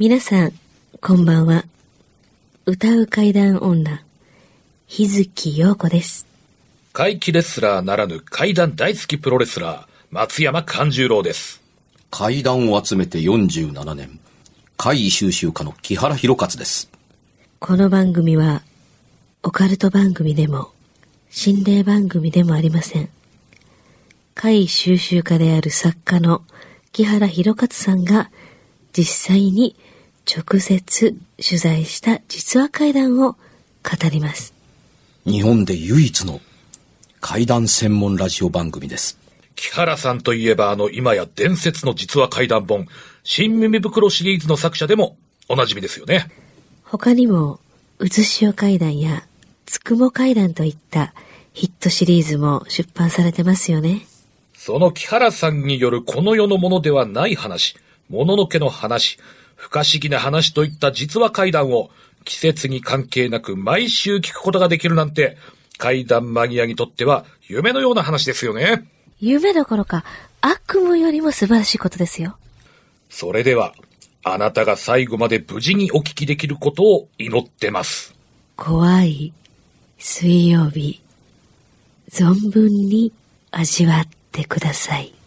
皆さん、こんばんは。歌う怪談女、日月陽子です。 怪奇レスラーならぬ怪談大好きプロレスラー、松山勘十郎です。 怪談を集めて47年、怪異収集家の木原博勝です。 この番組は、オカルト番組でも、心霊番組でもありません。怪異収集家である作家の木原博勝さんが、実際に直接取材した実話怪談を語ります。 日本で唯一の怪談専門ラジオ番組です。 木原さんといえば今や伝説の実話怪談本、新耳袋シリーズの作者でもおなじみですよね。 他にも、うずしお怪談やつくも怪談といったヒットシリーズも出版されてますよね。 その木原さんによるこの世のものではない話、もののけの話、不可思議な話といった実話怪談を季節に関係なく毎週聞くことができるなんて、怪談マニアにとっては夢のような話ですよね。 夢どころか悪夢よりも素晴らしいことですよ。 それでは、あなたが最後まで無事にお聞きできることを祈ってます。 怖い水曜日、存分に味わってください。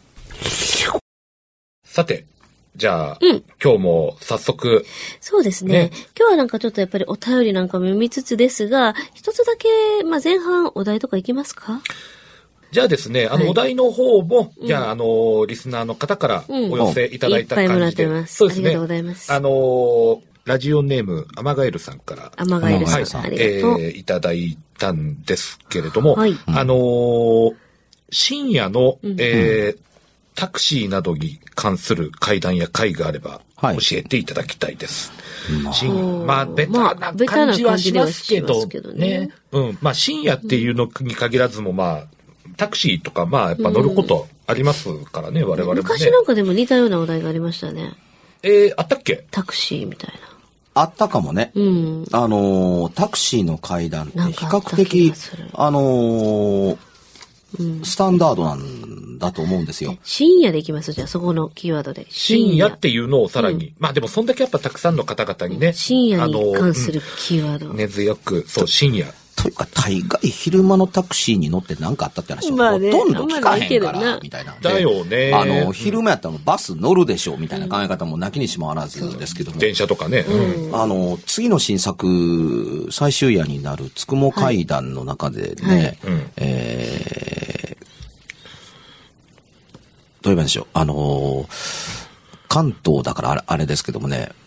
さて、じゃあ、今日も早速。 そうですね。今日はなんかちょっとやっぱりお便りなんかも読みつつですが、一つだけ、前半お題とかいきますか？ じゃあですね、お題の方も、じゃあ、リスナーの方からお寄せいただいた感じで。 いっぱいもらってます。そうですね。ありがとうございます。 ラジオネーム、アマガエルさんから。 アマガエルさん、ありがとう。 いただいたんですけれども、 はい、 深夜の、タクシーなどに関する怪談や怪があれば、教えていただきたいです。ベタな感じはしますけどね。深夜っていうのに限らずも、タクシーとか、やっぱ乗ることありますからね、我々もね。 昔なんかでも似たようなお題がありましたね。 あったっけ？ タクシーみたいな。 あったかもね。タクシーの怪談って比較的、スタンダードなんだと思うんですよ。 深夜でいきます。じゃあそこのキーワードで。 深夜っていうのをさらに。でもそんだけやっぱたくさんの方々にね。 深夜に関するキーワード。 根強く、そう、深夜。 というか、大概昼間のタクシーに乗って何かあったって話はほとんど聞かへんから、みたいな。 だよね。 昼間やったらバス乗るでしょ、みたいな考え方もなきにしもあらずですけども。 電車とかね。 次の新作、最終夜になるつくも怪談の中でね、どう言えばいいんでしょう。関東だからあれですけどもね、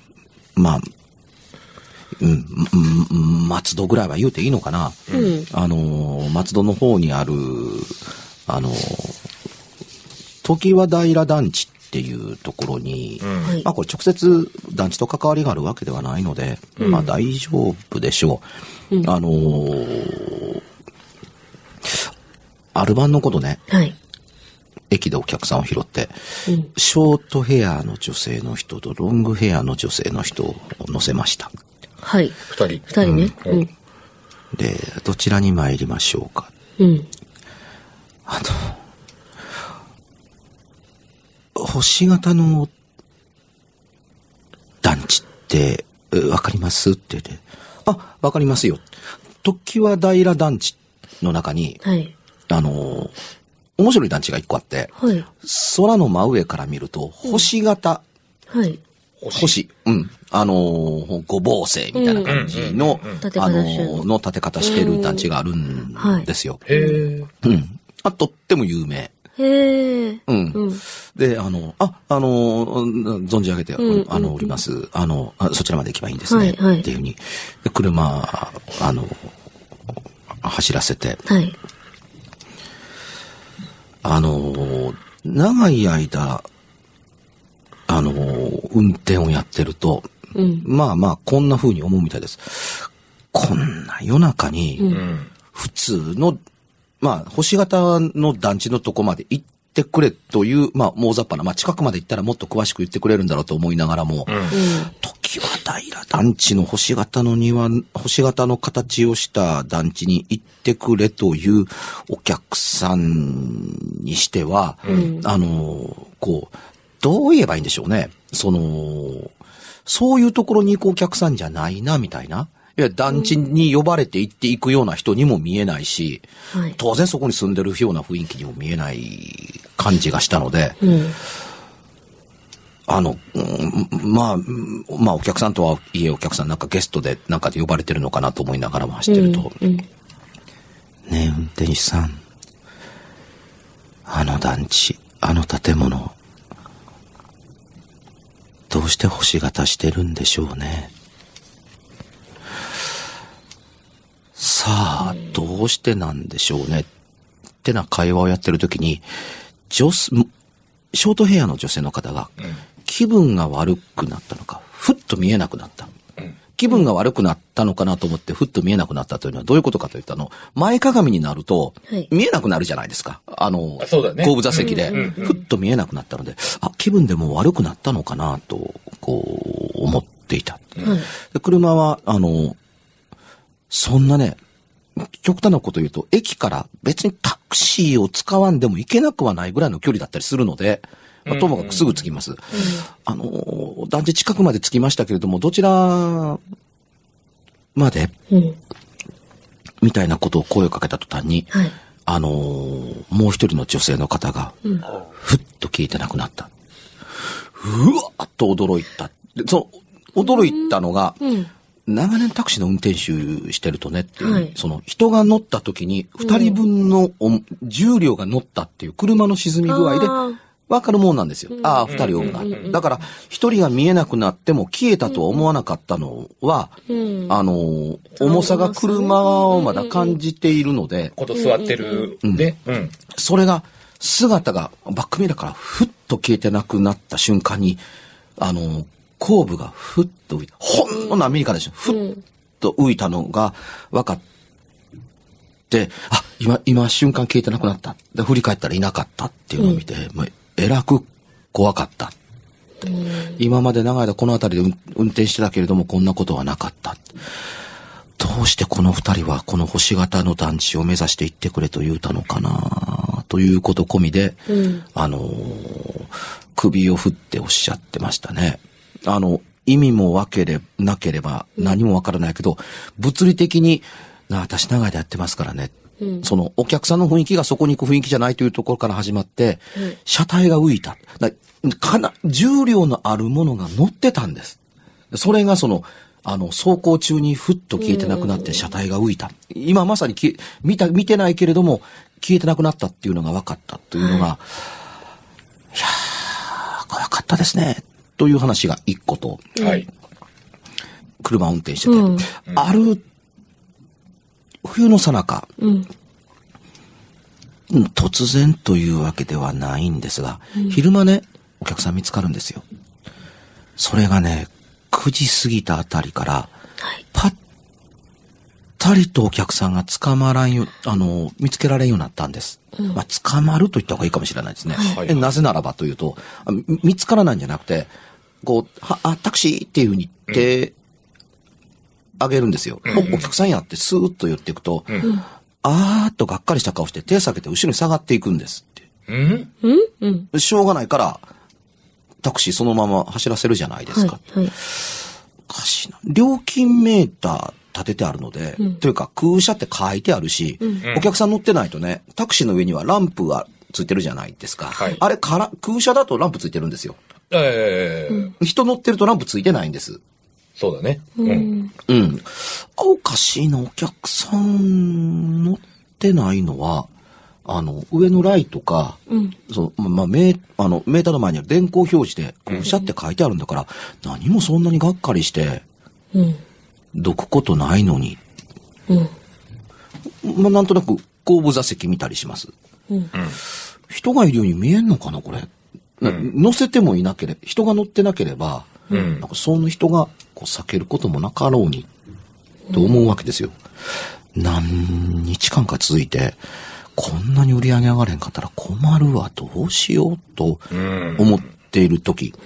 松戸ぐらいは言うていいのかな。松戸の方にある、常盤平団地っていうところに、これ直接団地と関わりがあるわけではないので、大丈夫でしょう。アルバンのことね、駅でお客さんを拾って、ショートヘアの女性の人とロングヘアの女性の人を乗せました。 はい。 二人ね。 で、どちらに参りましょうか。星型の団地ってわかりますって言って、わかりますよ。常盤平団地の中に、面白い団地が一個あって、空の真上から見ると星型、星、五芒星みたいな感じの、の建て方してる団地があるんですよ。とっても有名。で、存じ上げております。そちらまで行けばいいんですね。っていうふうに。車、走らせて。長い間、運転をやってると、こんな風に思うみたいです。こんな夜中に、普通の、星型の団地のとこまで行ってくれという、大雑把な、近くまで行ったらもっと詳しく言ってくれるんだろうと思いながらも、常盤平団地の星型の庭、星型の形をした団地に行ってくれというお客さんにしては、どう言えばいいんでしょうね。 そういうところに行くお客さんじゃないな、みたいな。いや、団地に呼ばれて行っていくような人にも見えないし、当然そこに住んでるような雰囲気にも見えない感じがしたので、まあ、お客さんとはいえお客さんなんかゲストでなんかで呼ばれてるのかなと思いながらも走ってると、ねえ、運転手さん、あの団地、あの建物、どうして星型してるんでしょうね。さあ、どうしてなんでしょうね。ってな会話をやってるときに、ショートヘアの女性の方が、気分が悪くなったのか、ふっと見えなくなった。気分が悪くなったのかなと思って、ふっと見えなくなったというのはどういうことかといった前かがみになると、見えなくなるじゃないですか。 そうだね、 後部座席で、ふっと見えなくなったので、気分でも悪くなったのかなと、思っていた。で車は、そんなね、極端なこと言うと、駅から別にタクシーを使わんでも行けなくはないぐらいの距離だったりするので、ともかくすぐ着きます。団地近くまで着きましたけれども、どちらまで、みたいなことを声をかけた途端に、もう一人の女性の方が、ふっと消えてなくなった。うわっと驚いた。驚いたのが、長年タクシーの運転手してるとねっていう、その人が乗った時に二人分の重量が乗ったっていう車の沈み具合でわかるもんなんですよ。二人おるな。だから一人が見えなくなっても消えたとは思わなかったのは、重さが車をまだ感じているので、 こと座ってるで、 それが姿がバックミラーからふっと消えてなくなった瞬間に、後部がふっと浮いた。ほんの何ミリかでしょ。ふっと浮いたのが分かって、今瞬間消えてなくなった。で、振り返ったらいなかったっていうのを見て、えらく怖かった。今まで長い間この辺りで運転してたけれども、こんなことはなかった。どうしてこの二人はこの星型の団地を目指して行ってくれと言うたのかなということ込みで、首を振っておっしゃってましたね。意味もなければ何もわからないけど、物理的に、私長い間やってますからね。そのお客さんの雰囲気がそこに行く雰囲気じゃないというところから始まって、車体が浮いた。重量のあるものが乗ってたんです。それが走行中にふっと消えてなくなって車体が浮いた。今まさに見てないけれども、消えてなくなったっていうのが分かったというのが、いやー、怖かったですね。という話が一個と、車を運転してて、ある冬の最中、突然というわけではないんですが、昼間ね、お客さん見つかるんですよ。それがね、9時過ぎたあたりから、パッタリとお客さんが見つけられんようになったんです。捕まると言った方がいいかもしれないですね。なぜならばというと、見つからないんじゃなくて、タクシーっていうふうに言ってあげるんですよ。お客さんやってスーッと寄っていくと、あーっとがっかりした顔して手下げて後ろに下がっていくんですって。しょうがないから、タクシーそのまま走らせるじゃないですか。おかしいな。料金メーター立ててあるので、というか空車って書いてあるし、お客さん乗ってないとね、タクシーの上にはランプがついてるじゃないですか。あれ空車だとランプついてるんですよ。人乗ってるとランプついてないんです。 そうだね。 おかしいな、お客さん乗ってないのは、上のライトか、メーターの前にある電光表示で、空車って書いてあるんだから、何もそんなにがっかりして、どくことないのに。なんとなく後部座席見たりします。人がいるように見えんのかな、これ。乗せてもいなければ、人が乗ってなければ、なんかその人が避けることもなかろうに、と思うわけですよ。何日間か続いて、こんなに売り上げ上がれんかったら困るわ、どうしようと思っているとき、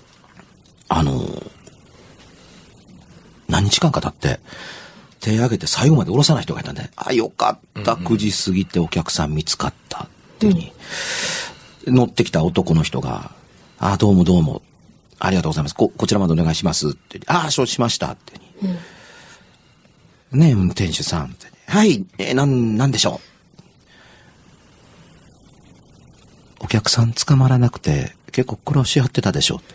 何日間か経って、手挙げて最後まで下ろさない人がいたんで、よかった、9時過ぎてお客さん見つかったっていうふうに、乗ってきた男の人が、どうもどうも、 ありがとうございます。こちらまでお願いしますって。ああ、承知しましたって。ねえ、運転手さんって。はい、なんでしょう。お客さん捕まらなくて結構苦労しはってたでしょ。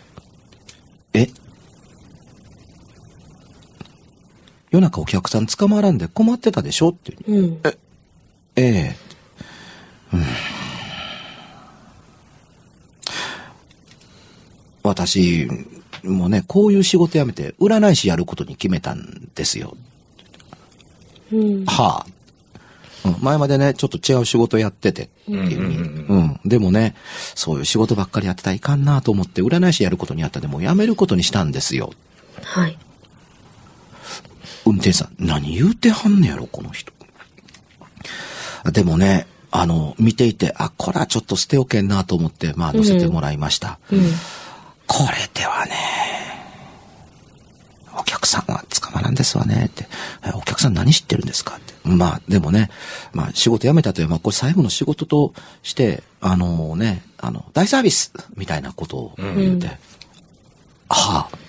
夜中お客さん捕まらんで困ってたでしょって。私もね、こういう仕事辞めて占い師やることに決めたんですよ。はあ。前までね、ちょっと違う仕事やっててっていうでもね、そういう仕事ばっかりやってたらいかんなと思って占い師やることにやったでも辞めることにしたんですよ。 はい。 運転手さん、何言うてはんねやろ、この人。でもね、見ていて、これはちょっと捨ておけんなと思って、乗せてもらいました。これではね、お客さんは捕まらんですわねって。お客さん何知ってるんですかって。でもね、仕事辞めたという、これ最後の仕事として、大サービスみたいなことを言って、はあって。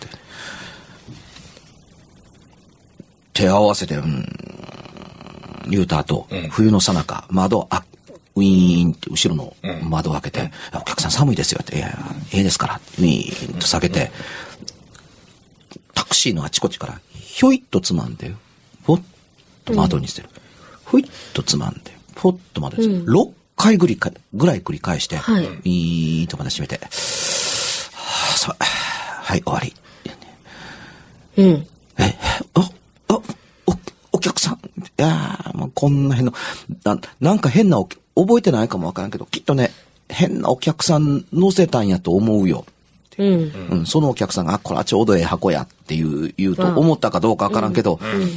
手を合わせて、言うた後、冬の最中、ウィーンって後ろの窓を開けて、お客さん寒いですよって、いや、ええですから、ウィーンと下げて、タクシーのあちこちから、ひょいっとつまんで、ポッと窓に捨てる。ふいっとつまんで、ポッと窓に捨てる。6回ぐらい繰り返して、ウィーンとまた閉めて、はい、終わり。お客さん、いやもうこんな変な、なんか変な覚えてないかもわからんけど、きっとね、変なお客さん乗せたんやと思うよ。そのお客さんが、これはちょうどええ箱やって言うと思ったかどうかわからんけど、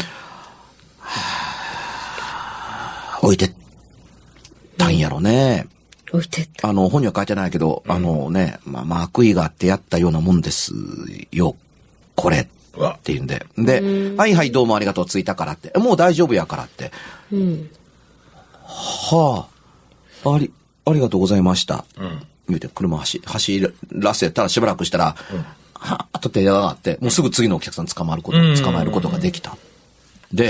置いてったんやろね。 置いてった。 本には書いてないけど、悪意があってやったようなもんですよ、これ。っていうんで。はいはい、どうもありがとう、着いたからって。もう大丈夫やからって。はあ、ありがとうございました。言うて、車走らせたらしばらくしたら、はーっと手が上がって、もうすぐ次のお客さん捕まえることができた。で、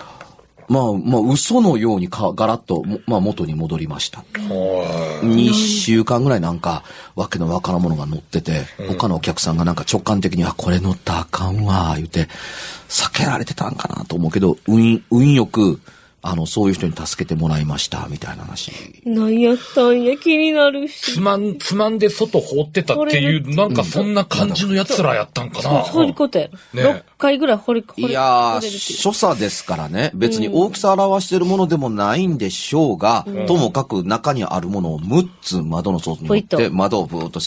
嘘のようにガラッと、元に戻りました。2週間ぐらいなんか、わけのわからんものが乗ってて、他のお客さんがなんか直感的に、これ乗ったらあかんわ、言うて、避けられてたんかなと思うけど、運よく、そういう人に助けてもらいました、みたいな話。 何やったんや、気になるし。 つまんで外放ってたっていう、なんかそんな感じの奴らやったんかな。 そういうことや。6回ぐらい掘りいやー、所作ですからね。別に大きさ表してるものでもないんでしょうが、ともかく中にあるものを6つ窓の外に置いて、窓をブーっとして、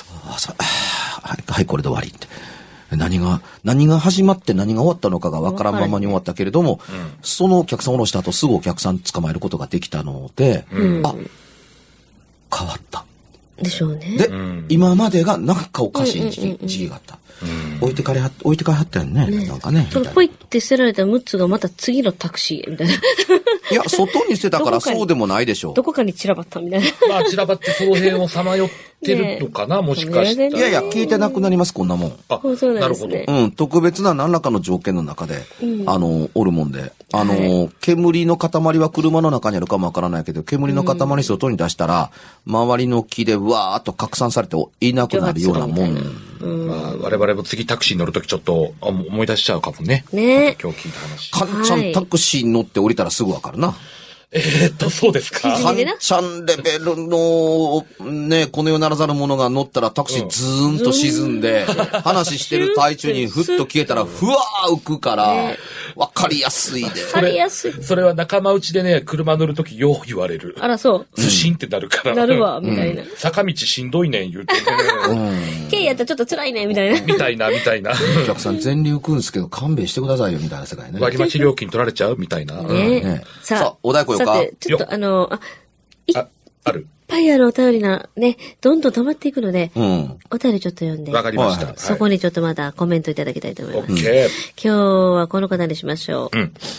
はい、これで終わりって。何が始まって何が終わったのかがわからんままに終わったけれども、そのお客さんを下ろした後すぐお客さん捕まえることができたので、変わった。 でしょうね。 で、今までがなんかおかしい時期があった。置いてかれはったよね。なんかね。 そのポイって捨てられた6つがまた次のタクシーみたいな。 いや、外に捨てたからそうでもないでしょう。 どこかに散らばったみたいな。 散らばってその辺をさまよってるのかな、もしかして。 いや、聞いてなくなります、こんなもん。 そうなんですね。 特別な何らかの条件の中で、おるもんで。煙の塊は車の中にあるかもわからないけど、煙の塊外に出したら、周りの木でわーっと拡散されていなくなるようなもん。 我々も次タクシー乗るときちょっ思い出しちゃうかもね。 ね。 今日聞いた話。 カンちゃんタクシー乗って降りたらすぐわかるな。 そうですか。 カンちゃんレベルの、ね、この世ならざる者が乗ったらタクシーズーンと沈んで、話してる最中にふっと消えたら、ふわー浮くから、わかりやすいで。 わかりやすい。 それは仲間内でね、車乗るときよう言われる。 あら、そう。 ズシンってなるから。 なるわ、みたいな。 坂道しんどいねん言うてね。 軽やったらちょっと辛いね、みたいな。 みたいな。 お客さん全流来るんですけど、勘弁してくださいよ、みたいな世界ね。 割増料金取られちゃうみたいな。 さあ、お題来ようか。 さて、ちょっとある。 いっぱいお便りな、ね、どんどん溜まっていくので、お便りちょっと読んで。 わかりました。 そこにちょっとまだコメントいただきたいと思います。 今日はこの方にしましょう。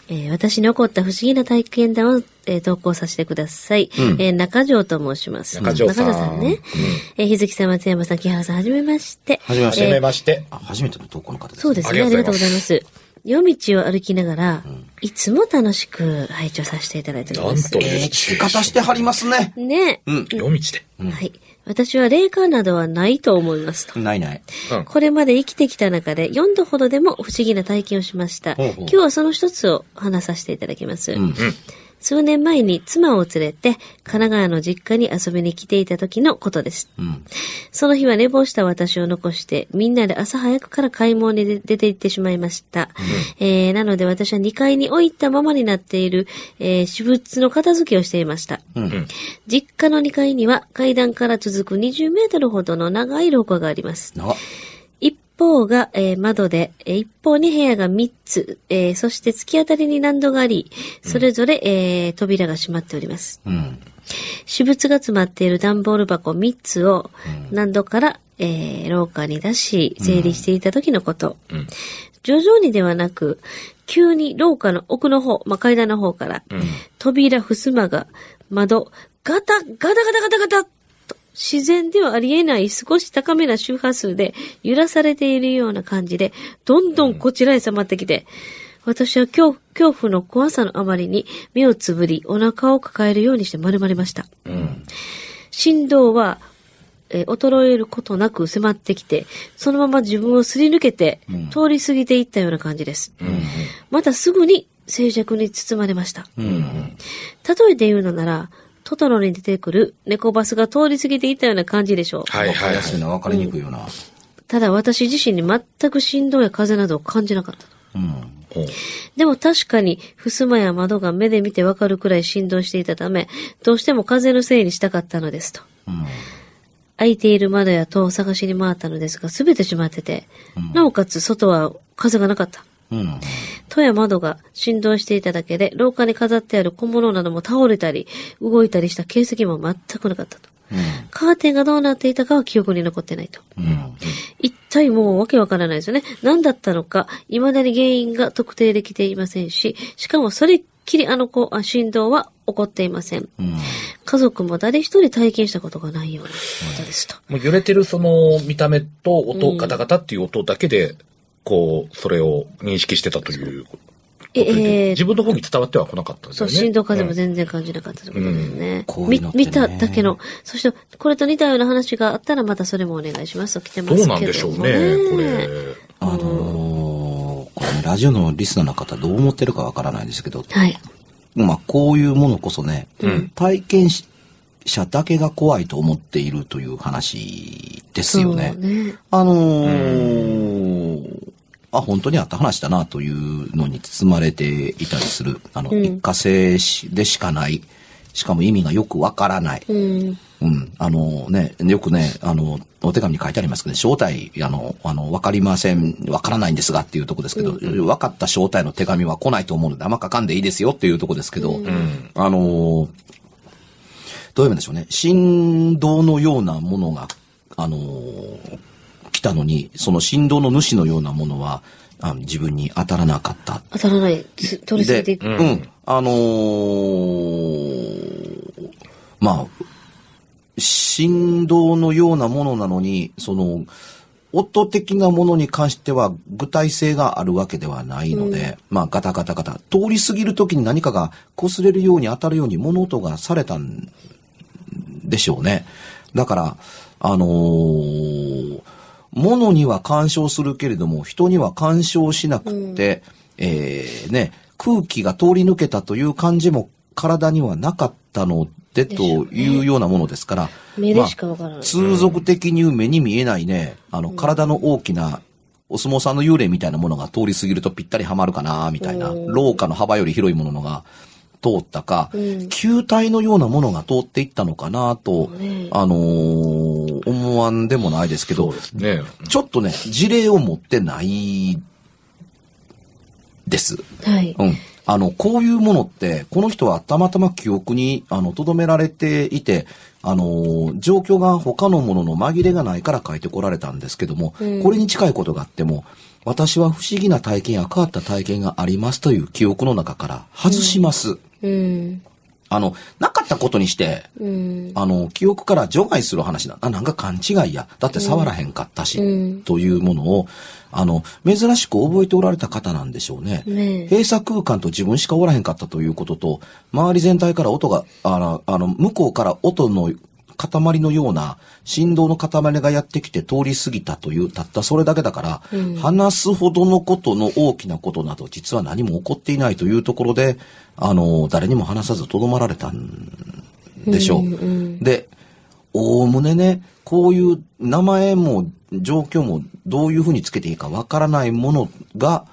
私に起こった不思議な体験談を、投稿させてください。中条と申します。 中条さんね。日月さん、松山さん、木原さん、はじめまして。 はじめまして。 はじめまして。 初めての投稿の方ですね。 そうですね。ありがとうございます。夜道を歩きながら、いつも楽しく拝聴させていただいております。 聞き方してはりますね。 ね。 夜道で。 はい。私は霊感などはないと思いますと。 ない。 これまで生きてきた中で4度ほどでも不思議な体験をしました。今日はその一つを話させていただきます。数年前に妻を連れて神奈川の実家に遊びに来ていた時のことです。その日は寝坊した私を残してみんなで朝早くから買い物に出て行ってしまいました。なので私は2階に置いたままになっている、私物の片付けをしていました。実家の2階には階段から続く20メートルほどの長い廊下があります。一方が、窓で、一方に部屋が3つ、そして突き当たりに難度があり、それぞれ、扉が閉まっております。私物が詰まっている段ボール箱3つを難度から、廊下に出し、整理していた時のこと。徐々にではなく、急に廊下の奥の方、階段の方から、扉、襖が、窓、ガタ自然ではありえない少し高めな周波数で揺らされているような感じで、どんどんこちらへ迫ってきて、私は恐怖の怖さのあまりに目をつぶり、お腹を抱えるようにして丸まりました。振動は、衰えることなく迫ってきて、そのまま自分をすり抜けて、通り過ぎていったような感じです。またすぐに静寂に包まれました。例えて言うのなら、トトロに出てくる猫バスが通り過ぎていったような感じでしょう。 わかりやすいな、わかりにくいよな。 ただ私自身に全く振動や風などを感じなかったと。でも確かに、襖や窓が目で見てわかるくらい振動していたため、どうしても風のせいにしたかったのですと。開いている窓や戸を探しに回ったのですが、すべて閉まってて、なおかつ外は風がなかった。戸や窓が振動していただけで、廊下に飾ってある小物なども倒れたり、動いたりした形跡も全くなかったと。カーテンがどうなっていたかは記憶に残ってないと。一体もうわけわからないですよね。何だったのか、未だに原因が特定できていませんし、しかもそれっきり振動は起こっていません。家族も誰一人体験したことがないようなことですと。 もう揺れてるその見た目と音、ガタガタっていう音だけで、それを認識してたということで、自分の方に伝わっては来なかったんですよね。 そう、振動風も全然感じなかったということですね。見ただけの。そして、これと似たような話があったら、またそれもお願いしますと来てますけども、ね。 どうなんでしょうね、これ。 これラジオのリスナーの方どう思ってるかわからないですけど、 はい。 こういうものこそね、体験者だけが怖いと思っているという話ですよね。本当にあった話だなというのに包まれていたりする。一過性でしかない。しかも意味がよくわからない。よくね、お手紙に書いてありますけど、正体、わかりません、わからないんですがっていうとこですけど、わかった正体の手紙は来ないと思うので、あんま書かんでいいですよっていうとこですけど、どういう意味でしょうね。振動のようなものが、来たのに、その振動の主のようなものは、自分に当たらなかった。 当たらない。取り過ぎていく。 振動のようなものなのに、音的なものに関しては具体性があるわけではないので、ガタガタガタ、通り過ぎるときに何かが擦れるように当たるように物音がされたんでしょうね。だから、物には干渉するけれども、人には干渉しなくて、空気が通り抜けたという感じも体にはなかったので、というようなものですから、 目でしかわからない。 通俗的に目に見えないね、体の大きなお相撲さんの幽霊みたいなものが通り過ぎるとぴったりはまるかな、みたいな、廊下の幅より広いものが通ったか、球体のようなものが通っていったのかな、と、思わんでもないですけど、ちょっとね、事例を持ってないです。 はい。 こういうものって、この人はたまたま記憶に、留められていて、状況が他のものの紛れがないから書いてこられたんですけども、これに近いことがあっても、私は不思議な体験や変わった体験がありますという記憶の中から外します。なかったことにして、記憶から除外する話なんか勘違いや。だって触らへんかったし、というものを、珍しく覚えておられた方なんでしょうね。閉鎖空間と自分しかおらへんかったということと、周り全体から音が、向こうから音の塊のような振動の塊がやってきて通り過ぎたというたったそれだけだから、話すほどのことの大きなことなど実は何も起こっていないというところで、誰にも話さずとどまられたんでしょう。で、おおむねね、こういう名前も状況もどういうふうにつけていいかわからないものが、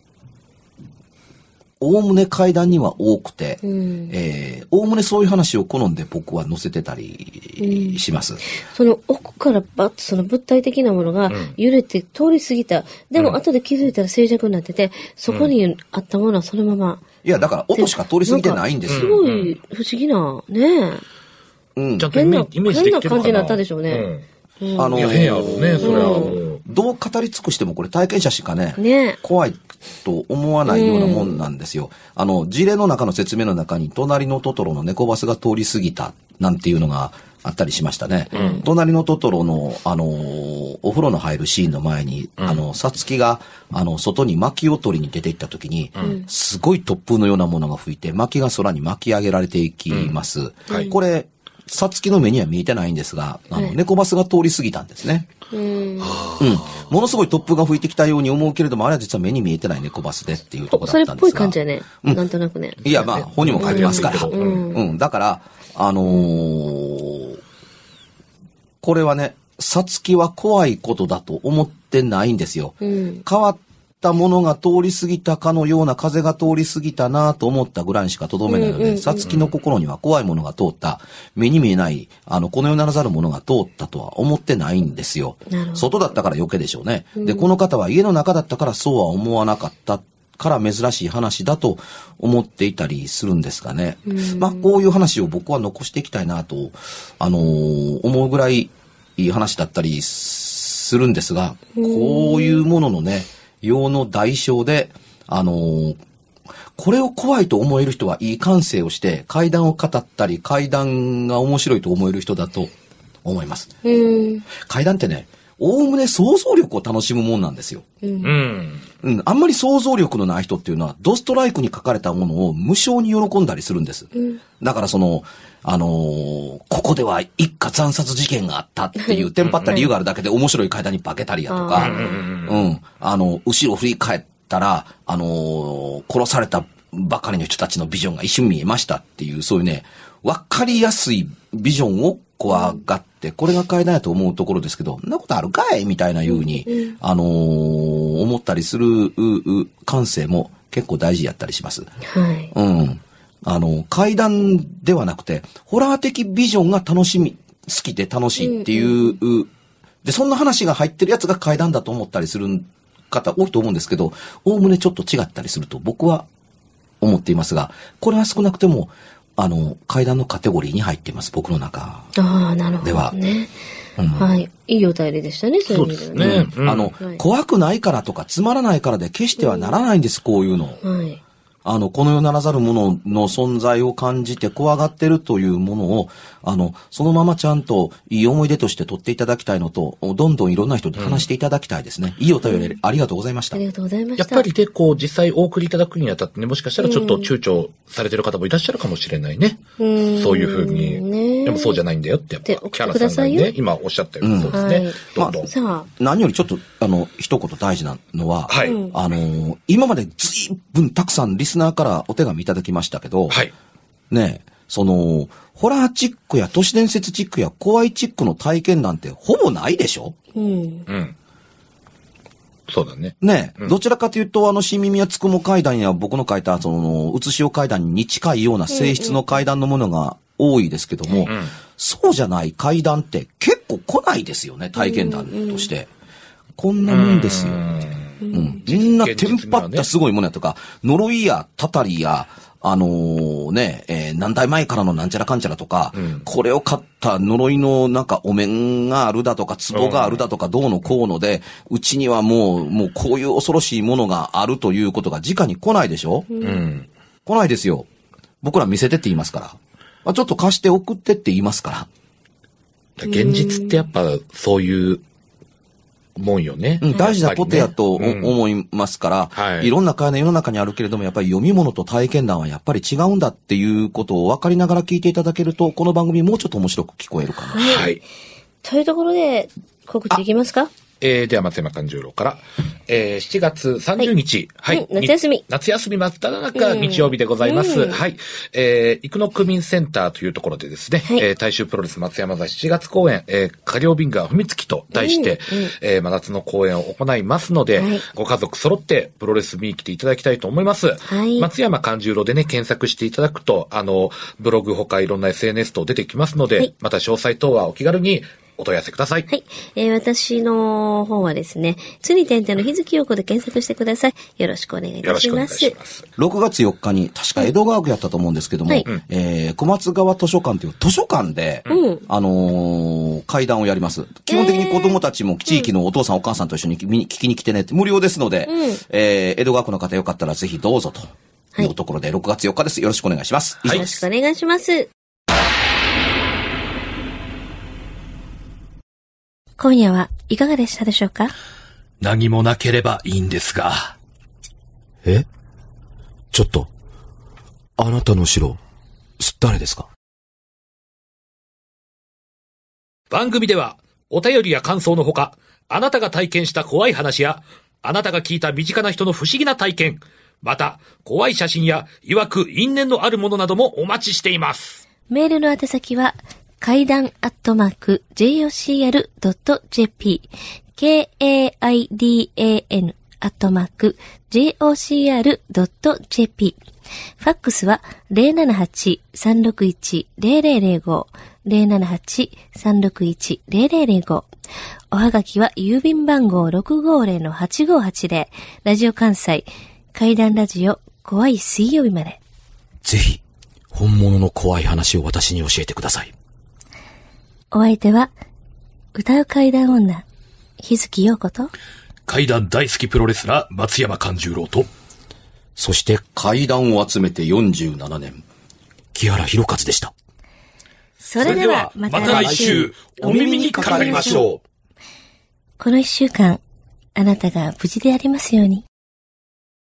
おおむね階段には多くて、おおむねそういう話を好んで僕は載せてたりします。 その奥からバッとその物体的なものが揺れて通り過ぎた。でも後で気づいたら静寂になってて、そこにあったものはそのまま。 いや、だから音しか通り過ぎてないんですよ。 すごい不思議な、ねちゃんとイメージできてるかな。 変な感じになったでしょうね。 いや、変やろうね、それは。 どう語り尽くしてもこれ体験者しかね、怖いと思わないようなもんなんですよ。事例の中の説明の中に、隣のトトロの猫バスが通り過ぎたなんていうのがあったりしましたね。隣のトトロの、お風呂の入るシーンの前に、さつきが、外に薪を取りに出て行った時に、すごい突風のようなものが吹いて、薪が空に巻き上げられていきます。これ、さつきの目には見えてないんですが、猫バスが通り過ぎたんですね。ものすごい突風が吹いてきたように思うけれども、あれは実は目に見えてない猫バスでっていうところだったんですが。 それっぽい感じやね。なんとなくね。 いや、まあ、本にも書いてますから。だから、これはね、さつきは怖いことだと思ってないんですよ。変わったものが通り過ぎたかのような、風が通り過ぎたなと思ったぐらいしかとどめないので、さつきの心には怖いものが通った、目に見えない、この世ならざるものが通ったとは思ってないんですよ。外だったから余計でしょうね。で、この方は家の中だったからそうは思わなかったから珍しい話だと思っていたりするんですがね。まあ、こういう話を僕は残していきたいなと、思うぐらいいい話だったりするんですが、こういうもののね、用の代償で、これを怖いと思える人はいい感性をして怪談を語ったり怪談が面白いと思える人だと思います。怪談ってね、おおむね想像力を楽しむもんなんですよ。あんまり想像力のない人っていうのはドストライクに書かれたものを無償に喜んだりするんです。だからここでは一家惨殺事件があったっていうテンパった理由があるだけで面白い怪談に化けたりやとか、後ろ振り返ったら、殺されたばかりの人たちのビジョンが一瞬見えましたっていう、そういうね、わかりやすいビジョンを怖がって、これが怪談やと思うところですけど、そんなことあるかいみたいなように、思ったりする感性も結構大事やったりします。怪談ではなくて、ホラー的ビジョンが好きで楽しいっていう、で、そんな話が入ってるやつが怪談だと思ったりする方多いと思うんですけど、おおむねちょっと違ったりすると僕は思っていますが、これは少なくても、怪談のカテゴリーに入っています、僕の中では。 なるほどね。はい。いいお便りでしたね、そういう意味ではね。怖くないからとかつまらないからで決してはならないんです、こういうの。この世ならざるものの存在を感じて怖がってるというものを、そのままちゃんといい思い出として取っていただきたいのと、どんどんいろんな人に話していただきたいですね。いいお便りありがとうございました。 ありがとうございました。 やっぱりで、実際お送りいただくにあたってね、もしかしたらちょっと躊躇されてる方もいらっしゃるかもしれないね。そういうふうに。でもそうじゃないんだよって、やっぱ、キャラさんがね、今おっしゃったようにそうですね。 何よりちょっと、一言大事なのは、今までずいぶんたくさんリスナーからお手紙いただきましたけど、ねえ、ホラーチックや都市伝説チックや怖いチックの体験なんてほぼないでしょ？ そうだね。 ねえ、どちらかというと、新耳やつくも怪談や僕の書いた、うつしお怪談に近いような性質の怪談のものが多いですけども、そうじゃない怪談って結構来ないですよね、体験談として。こんなもんですよ。 みんなテンパったすごいものやとか、呪いやたたりや、何代前からのなんちゃらかんちゃらとか、これを買った呪いのなんかお面があるだとか、壺があるだとか、どうのこうので、うちにはもうこういう恐ろしいものがあるということが直に来ないでしょ？来ないですよ。僕ら見せてって言いますから。ちょっと貸して送ってって言いますから。 現実ってやっぱそういうもんよね。 大事なことやと思いますから、いろんな会の世の中にあるけれども、やっぱり読み物と体験談はやっぱり違うんだっていうことを分かりながら聞いていただけると、この番組もうちょっと面白く聞こえるかな。 はい。というところで、告知いきますか？ では、松山勘十郎から、7月30日、はい。 夏休み。 夏休み真っ只中、日曜日でございます。はい。生野区民センターというところでですね、大衆プロレス松山座7月公演、歌謡ビンガー踏みつきと題して、真夏の公演を行いますので、ご家族揃ってプロレス見に来ていただきたいと思います。松山勘十郎でね、検索していただくと、ブログほかいろんな SNS 等出てきますので、また詳細等はお気軽にお問い合わせください。 はい。私の方はですね、つに点々の日月陽子で検索してください。よろしくお願いいたします。 6月4日に、確か江戸川区やったと思うんですけども、小松川図書館という図書館で、会談をやります。基本的に子供たちも地域のお父さんお母さんと一緒に聞きに来てねって無料ですので、江戸川区の方よかったらぜひどうぞというところで、6月4日です。よろしくお願いします。 よろしくお願いします。今夜はいかがでしたでしょうか？ 何もなければいいんですが。 ちょっと、あなたの城、誰ですか？ 番組では、お便りや感想のほか、あなたが体験した怖い話や、あなたが聞いた身近な人の不思議な体験、また、怖い写真や、曰く因縁のあるものなどもお待ちしています。 メールの宛先は、怪談@jocr.jp KAIDAN@jocr.jp ファックスは 078-361-0005 078-361-0005 おはがきは郵便番号 650-8580 ラジオ関西怪談ラジオ怖い水曜日まで。 ぜひ本物の怖い話を私に教えてください。 お相手は、歌う怪談女、日月陽子と、 怪談大好きプロレスラー、松山勘十郎と、 そして怪談を集めて47年、木原博一でした。 それでは、また来週、 お耳にかかりましょう。 この1週間、あなたが無事でありますように。